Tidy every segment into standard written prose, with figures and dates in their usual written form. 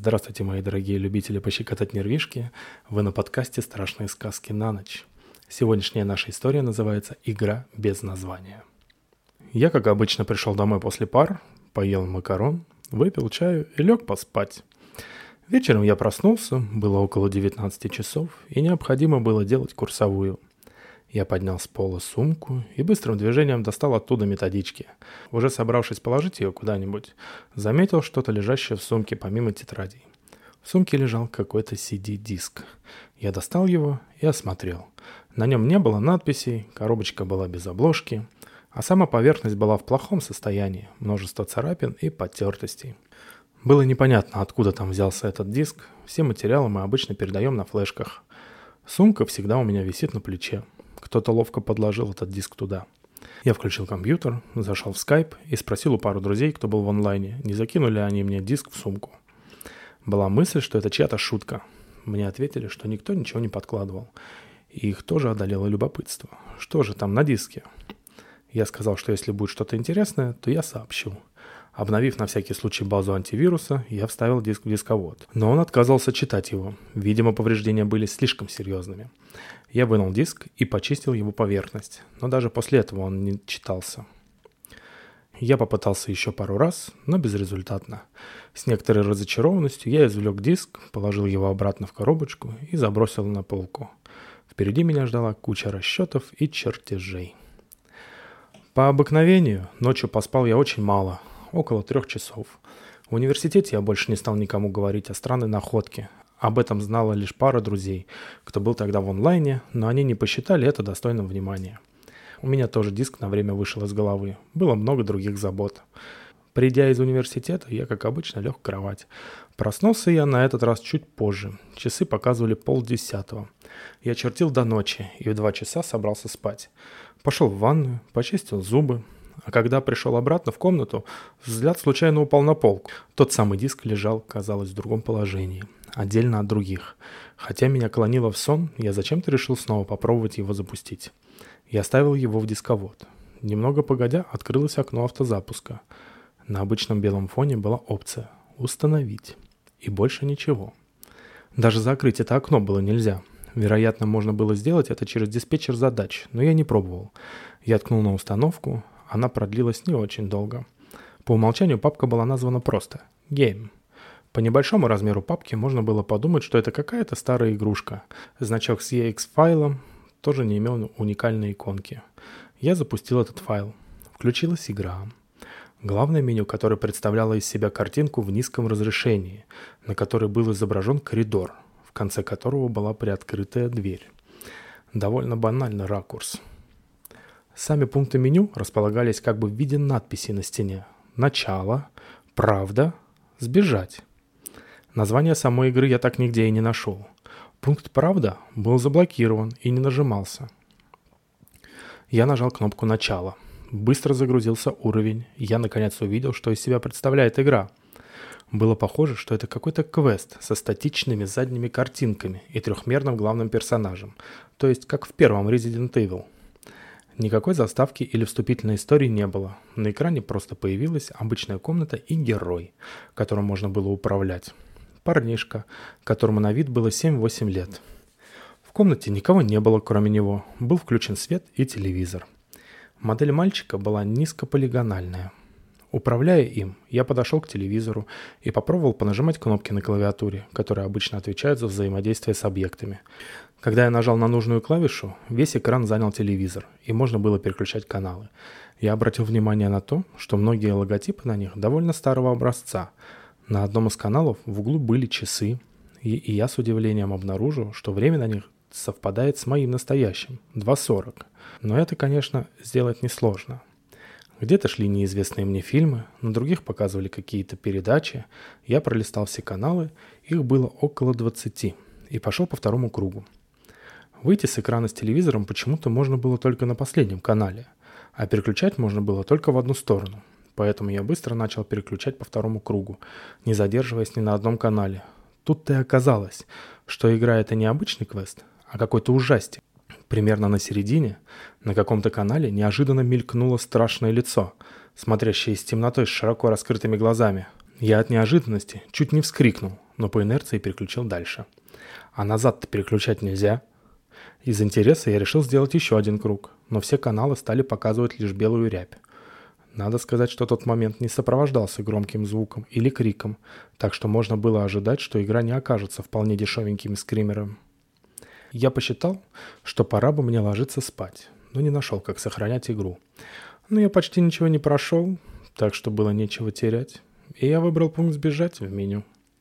Здравствуйте, мои дорогие любители пощекотать нервишки. Вы на подкасте «Страшные сказки на ночь». Сегодняшняя наша история называется «Игра без названия». Я, как обычно, пришел домой после пар, поел макарон, выпил чаю и лег поспать. Вечером я проснулся, было около 19 часов, и необходимо было делать курсовую. Я поднял с пола сумку и быстрым движением достал оттуда методички. Уже собравшись положить ее куда-нибудь, заметил что-то лежащее в сумке помимо тетрадей. В сумке лежал какой-то CD-диск. Я достал его и осмотрел. На нем не было надписей, коробочка была без обложки, а сама поверхность была в плохом состоянии, множество царапин и потертостей. Было непонятно, откуда там взялся этот диск, все материалы мы обычно передаем на флешках. Сумка всегда у меня висит на плече. Кто-то ловко подложил этот диск туда. Я включил компьютер, зашел в Skype и спросил у пару друзей, кто был в онлайне, не закинули они мне диск в сумку. Была мысль, что это чья-то шутка. Мне ответили, что никто ничего не подкладывал. И их тоже одолело любопытство. Что же там на диске? Я сказал, что если будет что-то интересное, то я сообщу. Обновив на всякий случай базу антивируса, я вставил диск в дисковод. Но он отказывался читать его. Видимо, повреждения были слишком серьезными. Я вынул диск и почистил его поверхность. Но даже после этого он не читался. Я попытался еще пару раз, но безрезультатно. С некоторой разочарованностью я извлек диск, положил его обратно в коробочку и забросил на полку. Впереди меня ждала куча расчетов и чертежей. По обыкновению, ночью поспал я очень мало. Около 3 часов. В университете я больше не стал никому говорить о странной находке. Об этом знала лишь пара друзей, кто был тогда в онлайне, но они не посчитали это достойным внимания. У меня тоже диск на время вышел из головы. Было много других забот. Придя из университета, я, как обычно, лег в кровать. Проснулся я на этот раз чуть позже. Часы показывали 9:30. Я чертил до ночи и в 2 часа собрался спать. Пошел в ванную, почистил зубы. А когда пришел обратно в комнату, взгляд случайно упал на полку. Тот самый диск лежал, казалось, в другом положении, отдельно от других. Хотя меня клонило в сон, я зачем-то решил снова попробовать его запустить. Я ставил его в дисковод. Немного погодя, открылось окно автозапуска. На обычном белом фоне была опция «Установить». И больше ничего. Даже закрыть это окно было нельзя. Вероятно, можно было сделать это через диспетчер задач, но я не пробовал. Я ткнул на установку. Она продлилась не очень долго. По умолчанию папка была названа просто «Game». По небольшому размеру папки можно было подумать, что это какая-то старая игрушка. Значок с EX-файлом тоже не имел уникальной иконки. Я запустил этот файл. Включилась игра. Главное меню, которое представляло из себя картинку в низком разрешении, на которой был изображен коридор, в конце которого была приоткрытая дверь. Довольно банальный ракурс. Сами пункты меню располагались как бы в виде надписи на стене. Начало, правда, сбежать. Название самой игры я так нигде и не нашел. Пункт «Правда» был заблокирован и не нажимался. Я нажал кнопку «Начало». Быстро загрузился уровень, и я наконец увидел, что из себя представляет игра. Было похоже, что это какой-то квест со статичными задними картинками и трехмерным главным персонажем, то есть как в первом Resident Evil. Никакой заставки или вступительной истории не было. На экране просто появилась обычная комната и герой, которым можно было управлять. Парнишка, которому на вид было 7-8 лет. В комнате никого не было, кроме него. Был включен свет и телевизор. Модель мальчика была низкополигональная. Управляя им, я подошел к телевизору и попробовал понажимать кнопки на клавиатуре, которые обычно отвечают за взаимодействие с объектами. Когда я нажал на нужную клавишу, весь экран занял телевизор, и можно было переключать каналы. Я обратил внимание на то, что многие логотипы на них довольно старого образца. На одном из каналов в углу были часы, и я с удивлением обнаружил, что время на них совпадает с моим настоящим – 2:40. Но это, конечно, сделать несложно. Где-то шли неизвестные мне фильмы, на других показывали какие-то передачи. Я пролистал все каналы, их было около 20, и пошел по второму кругу. Выйти с экрана с телевизором почему-то можно было только на последнем канале, а переключать можно было только в одну сторону. Поэтому я быстро начал переключать по второму кругу, не задерживаясь ни на одном канале. Тут-то и оказалось, что игра — это не обычный квест, а какой-то ужастик. Примерно на середине, на каком-то канале, неожиданно мелькнуло страшное лицо, смотрящее из темноты с широко раскрытыми глазами. Я от неожиданности чуть не вскрикнул, но по инерции переключил дальше. А назад-то переключать нельзя. Из интереса я решил сделать еще один круг, но все каналы стали показывать лишь белую рябь. Надо сказать, что тот момент не сопровождался громким звуком или криком, так что можно было ожидать, что игра не окажется вполне дешевеньким скримером. Я посчитал, что пора бы мне ложиться спать, но не нашел, как сохранять игру. Но я почти ничего не прошел, так что было нечего терять, и я выбрал пункт «Сбежать» в меню.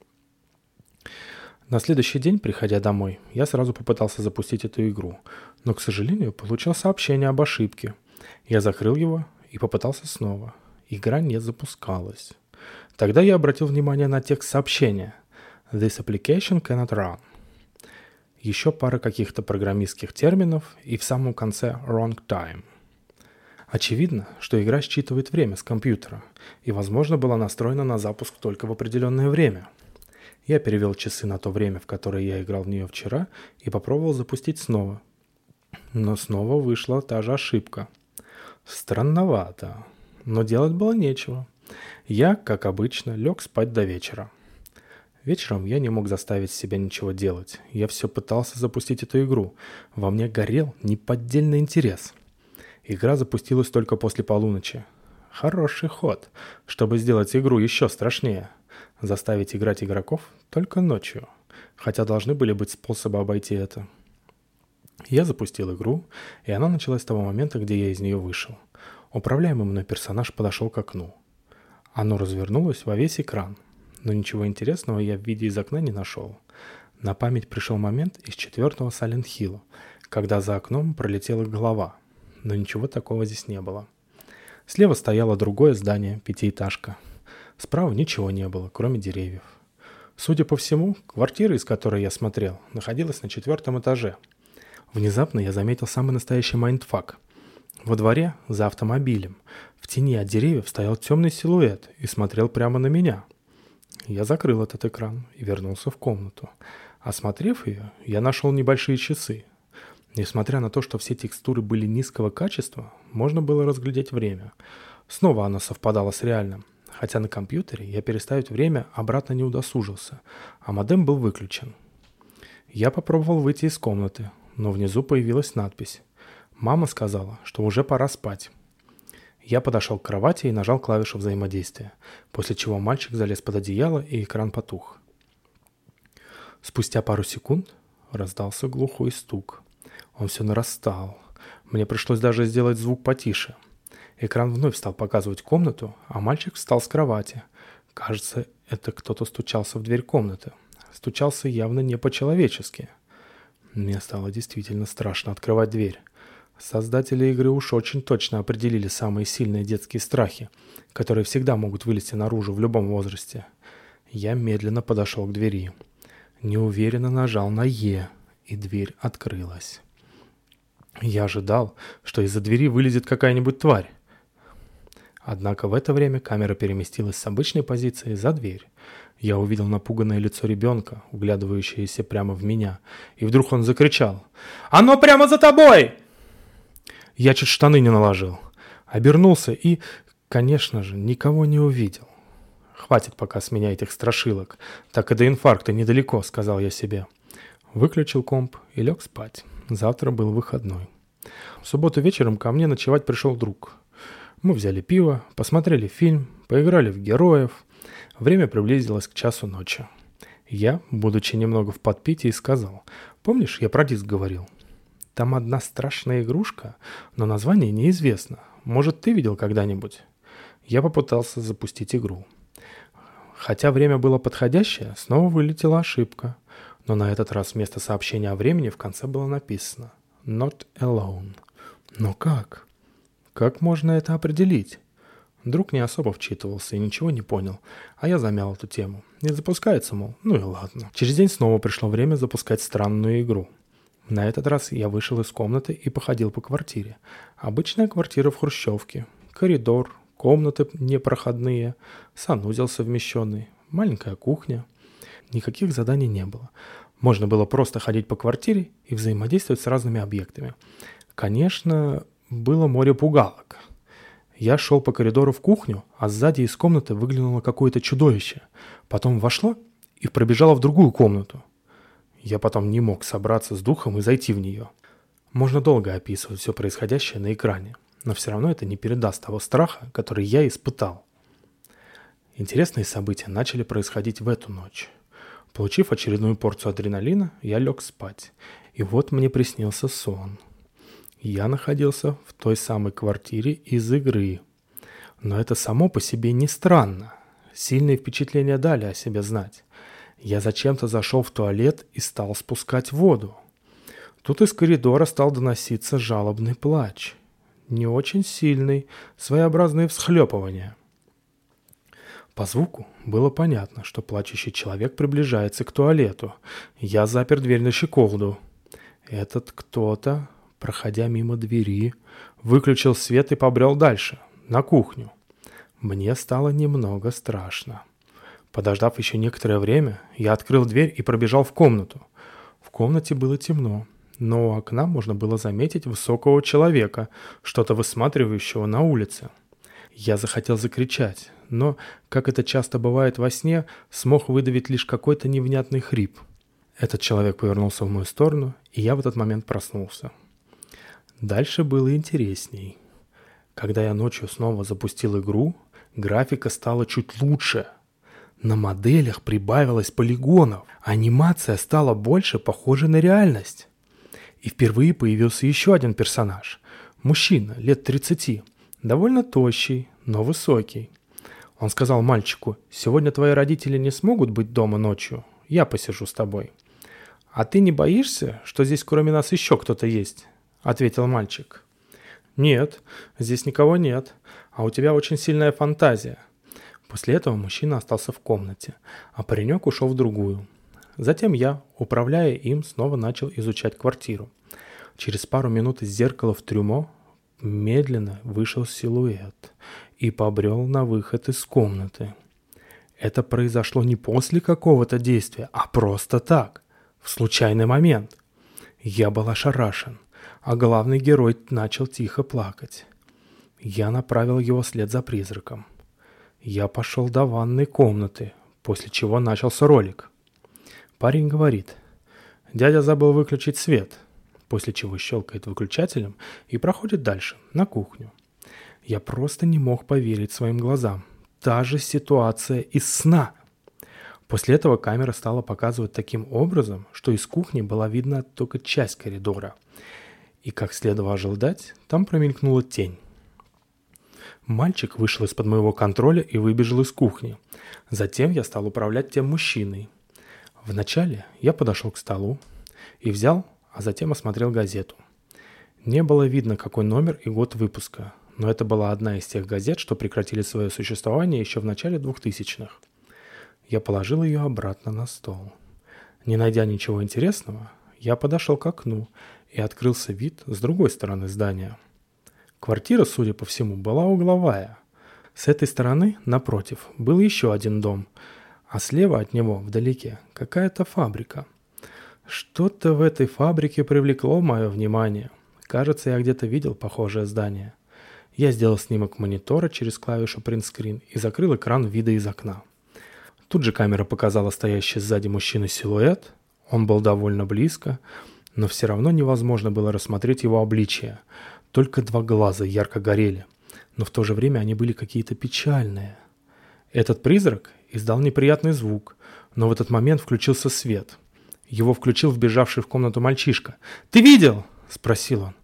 На следующий день, приходя домой, я сразу попытался запустить эту игру, но, к сожалению, получил сообщение об ошибке. Я закрыл его и попытался снова. Игра не запускалась. Тогда я обратил внимание на текст сообщения «This application cannot run». Еще пара каких-то программистских терминов и в самом конце «wrong time». Очевидно, что игра считывает время с компьютера и, возможно, была настроена на запуск только в определенное время. Я перевел часы на то время, в которое я играл в нее вчера, и попробовал запустить снова. Но снова вышла та же ошибка. Странновато, но делать было нечего. Я, как обычно, лег спать до вечера. Вечером я не мог заставить себя ничего делать. Я все пытался запустить эту игру. Во мне горел неподдельный интерес. Игра запустилась только после полуночи. Хороший ход, чтобы сделать игру еще страшнее. Заставить играть игроков только ночью. Хотя должны были быть способы обойти это. Я запустил игру, и она началась с того момента, где я из нее вышел. Управляемый мной персонаж подошел к окну. Оно развернулось во весь экран, но ничего интересного я в виде из окна не нашел. На память пришел момент из 4-го Silent Hill, когда за окном пролетела голова, но ничего такого здесь не было. Слева стояло другое здание, пятиэтажка. Справа ничего не было, кроме деревьев. Судя по всему, квартира, из которой я смотрел, находилась на 4-м этаже. Внезапно я заметил самый настоящий майндфак. Во дворе, за автомобилем, в тени от деревьев стоял темный силуэт и смотрел прямо на меня. Я закрыл этот экран и вернулся в комнату. Осмотрев ее, я нашел небольшие часы. Несмотря на то, что все текстуры были низкого качества, можно было разглядеть время. Снова оно совпадало с реальным, хотя на компьютере я переставить время обратно не удосужился, а модем был выключен. Я попробовал выйти из комнаты, но внизу появилась надпись. Мама сказала, что уже пора спать. Я подошел к кровати и нажал клавишу взаимодействия, после чего мальчик залез под одеяло и экран потух. Спустя пару секунд раздался глухой стук. Он все нарастал. Мне пришлось даже сделать звук потише. Экран вновь стал показывать комнату, а мальчик встал с кровати. Кажется, это кто-то стучался в дверь комнаты. Стучался явно не по-человечески. Мне стало действительно страшно открывать дверь. Создатели игры уж очень точно определили самые сильные детские страхи, которые всегда могут вылезти наружу в любом возрасте. Я медленно подошел к двери. Неуверенно нажал на «Е», и дверь открылась. Я ожидал, что из-за двери вылезет какая-нибудь тварь. Однако в это время камера переместилась с обычной позиции за дверь. Я увидел напуганное лицо ребенка, углядывающееся прямо в меня, и вдруг он закричал: «Оно прямо за тобой!» Я чуть штаны не наложил. Обернулся и, конечно же, никого не увидел. «Хватит пока с меня этих страшилок. Так и до инфаркта недалеко», — сказал я себе. Выключил комп и лег спать. Завтра был выходной. В субботу вечером ко мне ночевать пришел друг. Мы взяли пиво, посмотрели фильм, поиграли в героев. Время приблизилось к часу ночи. Я, будучи немного в подпитии, сказал: «Помнишь, я про диск говорил? Там одна страшная игрушка, но название неизвестно. Может, ты видел когда-нибудь?» Я попытался запустить игру. Хотя время было подходящее, снова вылетела ошибка. Но на этот раз вместо сообщения о времени в конце было написано «Not alone». Но как? Как можно это определить? Друг не особо вчитывался и ничего не понял, а я замял эту тему. Не запускается, мол, ну и ладно. Через день снова пришло время запускать странную игру. На этот раз я вышел из комнаты и походил по квартире. Обычная квартира в хрущевке. Коридор, комнаты непроходные, санузел совмещенный, маленькая кухня. Никаких заданий не было. Можно было просто ходить по квартире и взаимодействовать с разными объектами. Конечно, было море пугалок. Я шел по коридору в кухню, а сзади из комнаты выглянуло какое-то чудовище. Потом вошло и пробежала в другую комнату. Я потом не мог собраться с духом и зайти в нее. Можно долго описывать все происходящее на экране, но все равно это не передаст того страха, который я испытал. Интересные события начали происходить в эту ночь. Получив очередную порцию адреналина, я лег спать. И вот мне приснился сон. Я находился в той самой квартире из игры. Но это само по себе не странно. Сильные впечатления дали о себе знать. Я зачем-то зашел в туалет и стал спускать воду. Тут из коридора стал доноситься жалобный плач. Не очень сильный, своеобразные всхлепывания. По звуку было понятно, что плачущий человек приближается к туалету. Я запер дверь на щеколду. Этот кто-то, проходя мимо двери, выключил свет и побрел дальше, на кухню. Мне стало немного страшно. Подождав еще некоторое время, я открыл дверь и пробежал в комнату. В комнате было темно, но у окна можно было заметить высокого человека, что-то высматривающего на улице. Я захотел закричать, но, как это часто бывает во сне, смог выдавить лишь какой-то невнятный хрип. Этот человек повернулся в мою сторону, и я в этот момент проснулся. Дальше было интересней. Когда я ночью снова запустил игру, графика стала чуть лучше. На моделях прибавилось полигонов, анимация стала больше похожей на реальность. И впервые появился еще один персонаж. Мужчина, лет 30, довольно тощий, но высокий. Он сказал мальчику: «Сегодня твои родители не смогут быть дома ночью, я посижу с тобой». «А ты не боишься, что здесь кроме нас еще кто-то есть?» — ответил мальчик. «Нет, здесь никого нет, а у тебя очень сильная фантазия». После этого мужчина остался в комнате, а паренек ушел в другую. Затем я, управляя им, снова начал изучать квартиру. Через пару минут из зеркала в трюмо медленно вышел силуэт и побрел на выход из комнаты. Это произошло не после какого-то действия, а просто так, в случайный момент. Я был ошарашен, а главный герой начал тихо плакать. Я направил его вслед за призраком. Я пошел до ванной комнаты, после чего начался ролик. Парень говорит: «Дядя забыл выключить свет», после чего щелкает выключателем и проходит дальше, на кухню. Я просто не мог поверить своим глазам. Та же ситуация из сна. После этого камера стала показывать таким образом, что из кухни была видна только часть коридора. И, как следовало ожидать, там промелькнула тень. Мальчик вышел из-под моего контроля и выбежал из кухни. Затем я стал управлять тем мужчиной. Вначале я подошел к столу и взял, а затем осмотрел газету. Не было видно, какой номер и год выпуска, но это была одна из тех газет, что прекратили свое существование еще в начале 2000-х. Я положил ее обратно на стол. Не найдя ничего интересного, я подошел к окну, и открылся вид с другой стороны здания. Квартира, судя по всему, была угловая. С этой стороны, напротив, был еще один дом, а слева от него, вдалеке, какая-то фабрика. Что-то в этой фабрике привлекло мое внимание. Кажется, я где-то видел похожее здание. Я сделал снимок монитора через клавишу Print Screen и закрыл экран вида из окна. Тут же камера показала стоящий сзади мужчины силуэт. Он был довольно близко, но все равно невозможно было рассмотреть его обличие. Только два глаза ярко горели, но в то же время они были какие-то печальные. Этот призрак издал неприятный звук, но в этот момент включился свет. Его включил вбежавший в комнату мальчишка. «Ты видел?» – спросил он.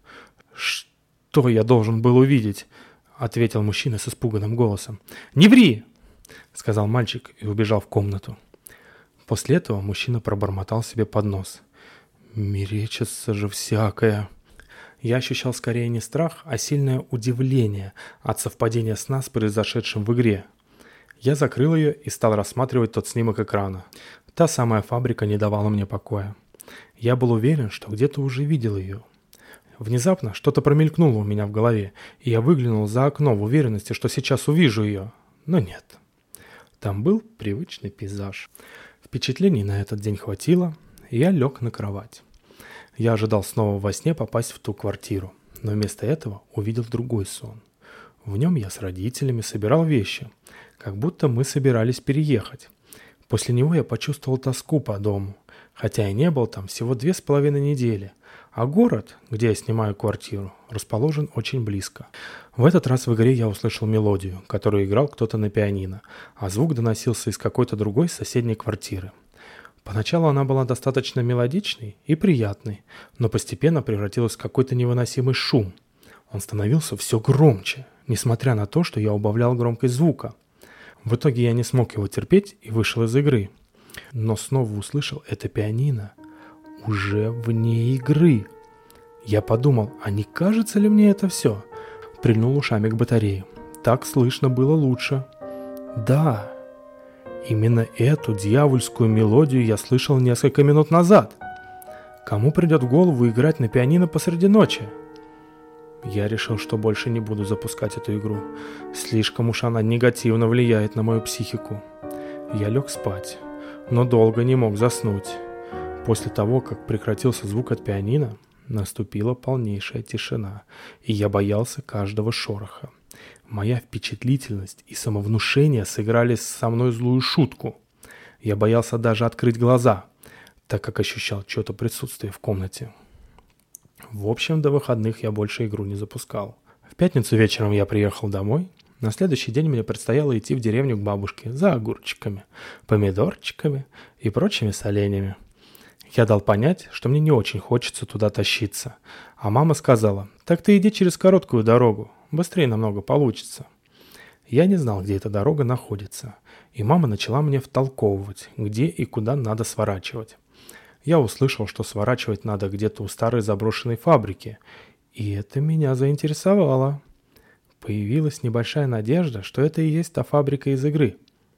«Что я должен был увидеть?» – ответил мужчина с испуганным голосом. «Не ври!» – сказал мальчик и убежал в комнату. После этого мужчина пробормотал себе под нос. «Мерещится же всякое». Я ощущал скорее не страх, а сильное удивление от совпадения сна с произошедшим в игре. Я закрыл ее и стал рассматривать тот снимок экрана. Та самая фабрика не давала мне покоя. Я был уверен, что где-то уже видел ее. Внезапно что-то промелькнуло у меня в голове, и я выглянул за окно в уверенности, что сейчас увижу ее. Но нет. Там был привычный пейзаж. Впечатлений на этот день хватило, и я лег на кровать. Я ожидал снова во сне попасть в ту квартиру, но вместо этого увидел другой сон. В нем я с родителями собирал вещи, как будто мы собирались переехать. После него я почувствовал тоску по дому, хотя и не был там всего 2,5 недели, а город, где я снимаю квартиру, расположен очень близко. В этот раз в игре я услышал мелодию, которую играл кто-то на пианино, а звук доносился из какой-то другой соседней квартиры. Поначалу она была достаточно мелодичной и приятной, но постепенно превратилась в какой-то невыносимый шум. Он становился все громче, несмотря на то, что я убавлял громкость звука. В итоге я не смог его терпеть и вышел из игры. Но снова услышал это пианино уже вне игры. Я подумал, а не кажется ли мне это все? Прильнул ушами к батарее. Так слышно было лучше. Да, именно эту дьявольскую мелодию я слышал несколько минут назад. Кому придет в голову играть на пианино посреди ночи? Я решил, что больше не буду запускать эту игру. Слишком уж она негативно влияет на мою психику. Я лег спать, но долго не мог заснуть. После того, как прекратился звук от пианино, наступила полнейшая тишина, и я боялся каждого шороха. Моя впечатлительность и самовнушение сыграли со мной злую шутку. Я боялся даже открыть глаза, так как ощущал чье-то присутствие в комнате. В общем, до выходных я больше игру не запускал. В пятницу вечером я приехал домой. На следующий день мне предстояло идти в деревню к бабушке за огурчиками, помидорчиками и прочими соленьями. Я дал понять, что мне не очень хочется туда тащиться. А мама сказала, так ты иди через короткую дорогу, быстрее намного получится. Я не знал, где эта дорога находится. И мама начала мне втолковывать, где и куда надо сворачивать. Я услышал, что сворачивать надо где-то у старой заброшенной фабрики, и это меня заинтересовало. Появилась небольшая надежда, что это и есть та фабрика из игры.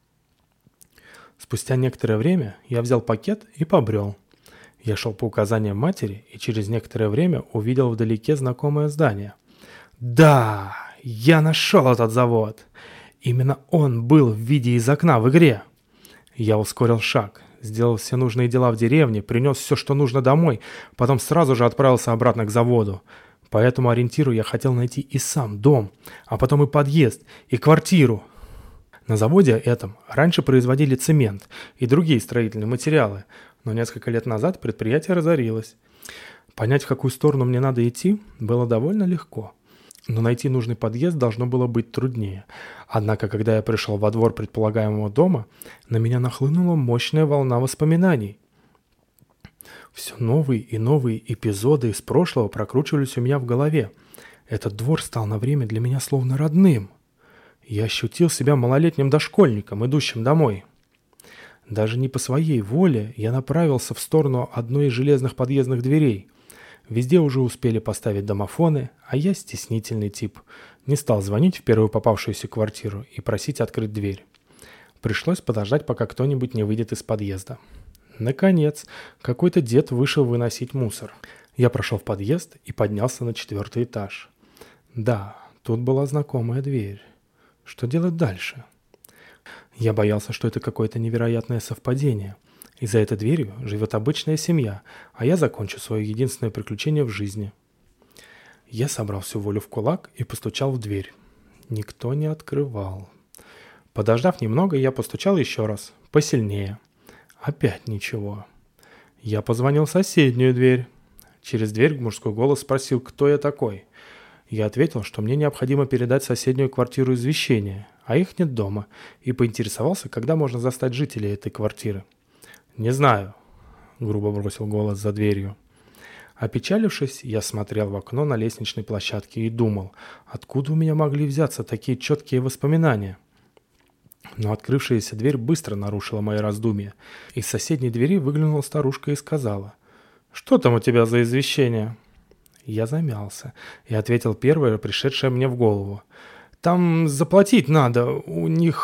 Спустя некоторое время я взял пакет и побрел. Я шел по указаниям матери и через некоторое время увидел вдалеке знакомое здание. Да, я нашел этот завод. Именно он был в виде из окна в игре. Я ускорил шаг. Сделал все нужные дела в деревне, принес все, что нужно домой, потом сразу же отправился обратно к заводу. По этому ориентиру я хотел найти и сам дом, а потом и подъезд, и квартиру. На заводе этом раньше производили цемент и другие строительные материалы, но несколько лет назад предприятие разорилось. Понять, в какую сторону мне надо идти, было довольно легко. Но найти нужный подъезд должно было быть труднее. Однако, когда я пришел во двор предполагаемого дома, на меня нахлынула мощная волна воспоминаний. Все новые и новые эпизоды из прошлого прокручивались у меня в голове. Этот двор стал на время для меня словно родным. Я ощутил себя малолетним дошкольником, идущим домой. Даже не по своей воле я направился в сторону одной из железных подъездных дверей. Везде уже успели поставить домофоны, а я стеснительный тип. Не стал звонить в первую попавшуюся квартиру и просить открыть дверь. Пришлось подождать, пока кто-нибудь не выйдет из подъезда. Наконец, какой-то дед вышел выносить мусор. Я прошел в подъезд и поднялся на 4-й этаж. Да, тут была знакомая дверь. Что делать дальше? Я боялся, что это какое-то невероятное совпадение. И за этой дверью живет обычная семья, а я закончу свое единственное приключение в жизни. Я собрал всю волю в кулак и постучал в дверь. Никто не открывал. Подождав немного, я постучал еще раз, посильнее. Опять ничего. Я позвонил в соседнюю дверь. Через дверь мужской голос спросил, кто я такой. Я ответил, что мне необходимо передать в соседнюю квартиру извещение, а их нет дома, и поинтересовался, когда можно застать жителей этой квартиры. «Не знаю», — грубо бросил голос за дверью. Опечалившись, я смотрел в окно на лестничной площадке и думал, откуда у меня могли взяться такие четкие воспоминания. Но открывшаяся дверь быстро нарушила мои раздумья. Из соседней двери выглянула старушка и сказала, «Что там у тебя за извещение?» Я замялся и ответил первое, пришедшее мне в голову. «Там заплатить надо, у них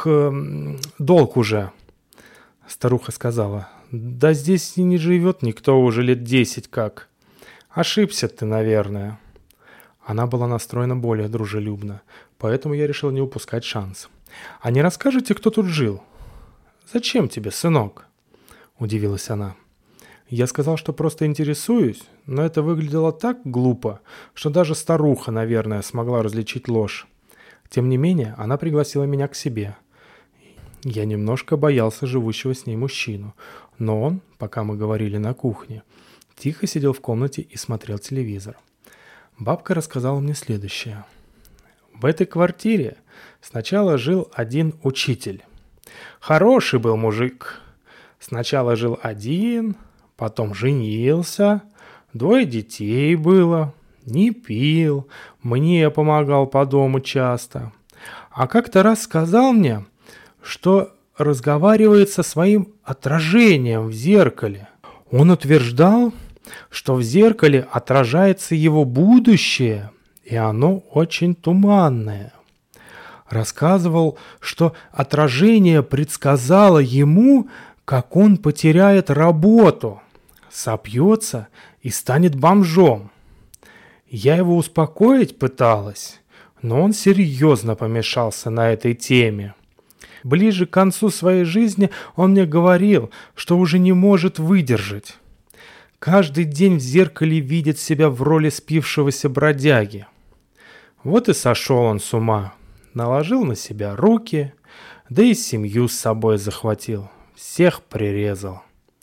долг уже». Старуха сказала, «Да здесь и не живет никто уже лет 10 как. Ошибся ты, наверное». Она была настроена более дружелюбно, поэтому я решил не упускать шанс. «А не расскажете, кто тут жил?» «Зачем тебе, сынок?» – удивилась она. Я сказал, что просто интересуюсь, но это выглядело так глупо, что даже старуха, наверное, смогла различить ложь. Тем не менее, она пригласила меня к себе. Я немножко боялся живущего с ней мужчину, но он, пока мы говорили на кухне, тихо сидел в комнате и смотрел телевизор. Бабка рассказала мне следующее. В этой квартире сначала жил один учитель. Хороший был мужик. Сначала жил один, потом женился, 2 детей было, не пил, мне помогал по дому часто. А как-то раз сказал мне, что разговаривает со своим отражением в зеркале. Он утверждал, что в зеркале отражается его будущее, и оно очень туманное. Рассказывал, что отражение предсказало ему, как он потеряет работу, сопьется и станет бомжом. Я его успокоить пыталась, но он серьезно помешался на этой теме. Ближе к концу своей жизни он мне говорил, что уже не может выдержать. Каждый день в зеркале видит себя в роли спившегося бродяги. Вот и сошел он с ума, наложил на себя руки, да и семью с собой захватил, всех прирезал.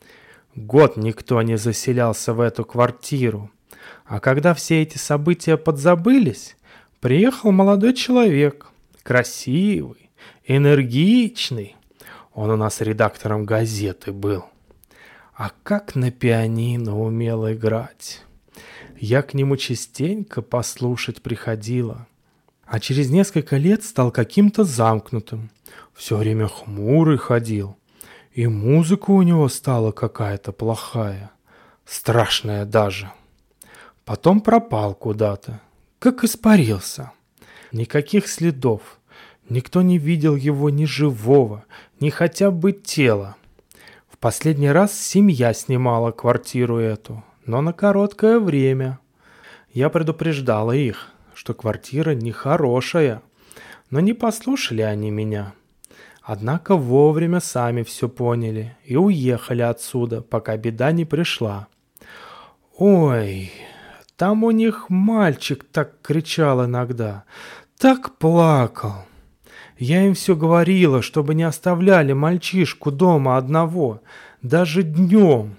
Год никто не заселялся в эту квартиру, а когда все эти события подзабылись, приехал молодой человек, красивый, энергичный. Он у нас редактором газеты был. А как на пианино умел играть. Я к нему частенько послушать приходила. А через несколько лет стал каким-то замкнутым. Все время хмурый ходил. И музыка у него стала какая-то плохая. Страшная даже. Потом пропал куда-то. Как испарился. Никаких следов. Никто не видел его ни живого, ни хотя бы тела. В последний раз семья снимала квартиру эту, но на короткое время. Я предупреждала их, что квартира нехорошая, но не послушали они меня. Однако вовремя сами все поняли и уехали отсюда, пока беда не пришла. Ой, там у них мальчик так кричал иногда, так плакал. Я им все говорила, чтобы не оставляли мальчишку дома одного, даже днем.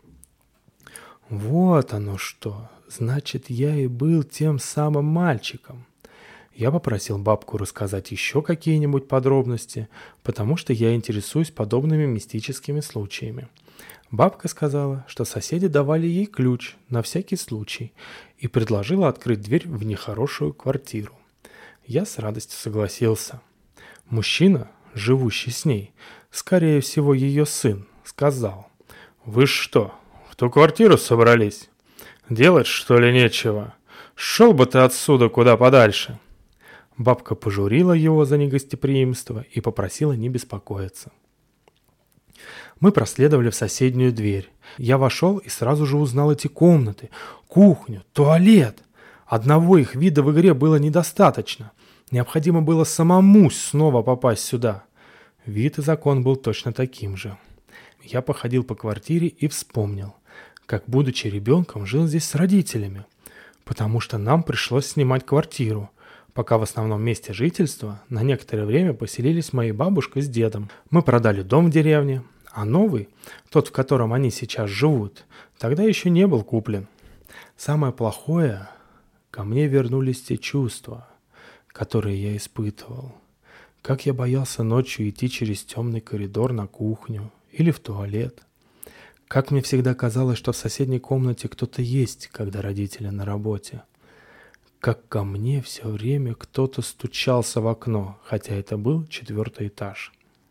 Вот оно что. Значит, я и был тем самым мальчиком. Я попросил бабку рассказать еще какие-нибудь подробности, потому что я интересуюсь подобными мистическими случаями. Бабка сказала, что соседи давали ей ключ на всякий случай и предложила открыть дверь в нехорошую квартиру. Я с радостью согласился. Мужчина, живущий с ней, скорее всего ее сын, сказал: «Вы что, в ту квартиру собрались? Делать, что ли, нечего? Шел бы ты отсюда куда подальше». Бабка пожурила его за негостеприимство и попросила не беспокоиться. Мы проследовали в соседнюю дверь. Я вошел и сразу же узнал эти комнаты, кухню, туалет. Одного их вида в игре было недостаточно. Необходимо было самому снова попасть сюда. Вид и закон был точно таким же. Я походил по квартире и вспомнил, как, будучи ребенком, жил здесь с родителями, потому что нам пришлось снимать квартиру, пока в основном месте жительства на некоторое время поселились мои бабушка с дедом. Мы продали дом в деревне, а новый, тот, в котором они сейчас живут, тогда еще не был куплен. Самое плохое, ко мне вернулись те чувства, которые я испытывал. Как я боялся ночью идти через темный коридор на кухню или в туалет. Как мне всегда казалось, что в соседней комнате кто-то есть, когда родители на работе. Как ко мне все время кто-то стучался в окно, хотя это был 4-й этаж.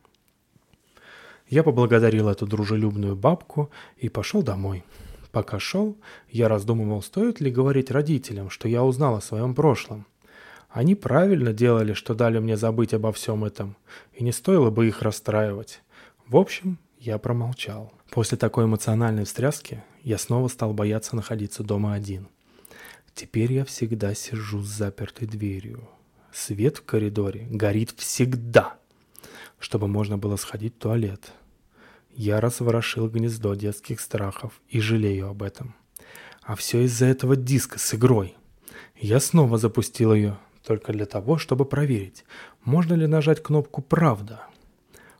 Я поблагодарил эту дружелюбную бабку и пошел домой. Пока шел, я раздумывал, стоит ли говорить родителям, что я узнал о своем прошлом. Они правильно делали, что дали мне забыть обо всем этом, и не стоило бы их расстраивать. В общем, я промолчал. После такой эмоциональной встряски я снова стал бояться находиться дома один. Теперь я всегда сижу с запертой дверью. Свет в коридоре горит всегда, чтобы можно было сходить в туалет. Я разворошил гнездо детских страхов и жалею об этом. А все из-за этого диска с игрой. Я снова запустил ее, только для того, чтобы проверить, можно ли нажать кнопку «Правда».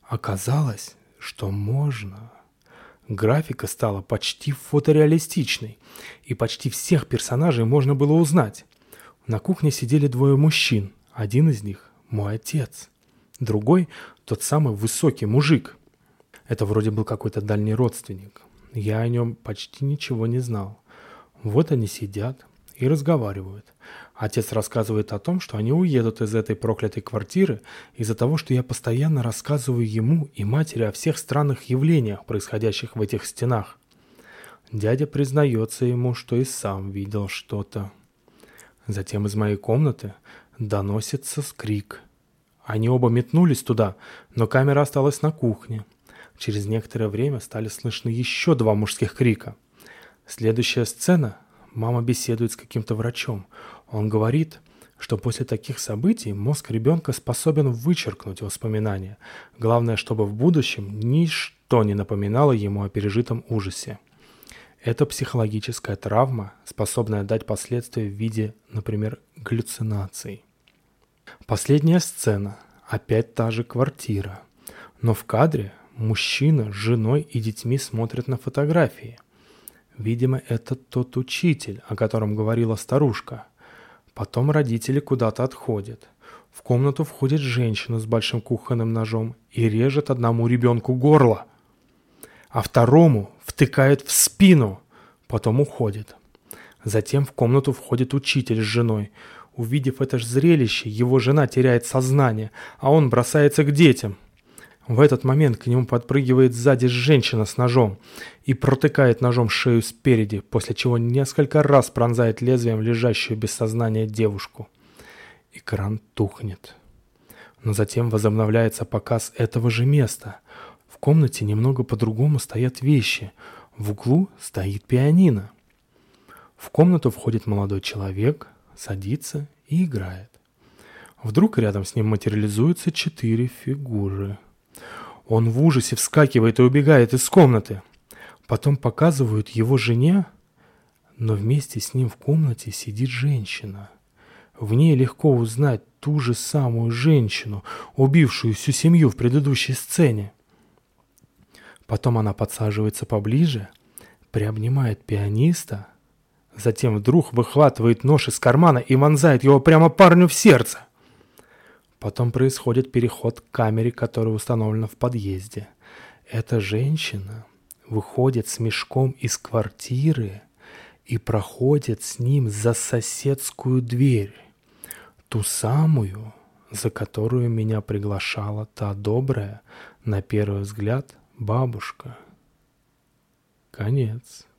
Оказалось, что можно. Графика стала почти фотореалистичной, и почти всех персонажей можно было узнать. На кухне сидели двое мужчин. Один из них – мой отец. Другой – тот самый высокий мужик. Это вроде был какой-то дальний родственник. Я о нем почти ничего не знал. Вот они сидят и разговаривают. Отец рассказывает о том, что они уедут из этой проклятой квартиры из-за того, что я постоянно рассказываю ему и матери о всех странных явлениях, происходящих в этих стенах. Дядя признается ему, что и сам видел что-то. Затем из моей комнаты доносится скрик. Они оба метнулись туда, но камера осталась на кухне. Через некоторое время стали слышны еще два мужских крика. Следующая сцена. Мама беседует с каким-то врачом. Он говорит, что после таких событий мозг ребенка способен вычеркнуть воспоминания. Главное, чтобы в будущем ничто не напоминало ему о пережитом ужасе. Это психологическая травма, способная дать последствия в виде, например, галлюцинаций. Последняя сцена. Опять та же квартира. Но в кадре мужчина с женой и детьми смотрят на фотографии. Видимо, это тот учитель, о котором говорила старушка. Потом родители куда-то отходят. В комнату входит женщина с большим кухонным ножом и режет одному ребенку горло, а второму втыкает в спину, потом уходит. Затем в комнату входит учитель с женой. Увидев это же зрелище, его жена теряет сознание, а он бросается к детям. В этот момент к нему подпрыгивает сзади женщина с ножом и протыкает ножом шею спереди, после чего несколько раз пронзает лезвием лежащую без сознания девушку. Экран тухнет. Но затем возобновляется показ этого же места. В комнате немного по-другому стоят вещи. В углу стоит пианино. В комнату входит молодой человек, садится и играет. Вдруг рядом с ним материализуются 4 фигуры. Он в ужасе вскакивает и убегает из комнаты. Потом показывают его жене, но вместе с ним в комнате сидит женщина. В ней легко узнать ту же самую женщину, убившую всю семью в предыдущей сцене. Потом она подсаживается поближе, приобнимает пианиста, затем вдруг выхватывает нож из кармана и вонзает его прямо парню в сердце. Потом происходит переход к камере, которая установлена в подъезде. Эта женщина выходит с мешком из квартиры и проходит с ним за соседскую дверь, ту самую, за которую меня приглашала та добрая, на первый взгляд, бабушка. Конец.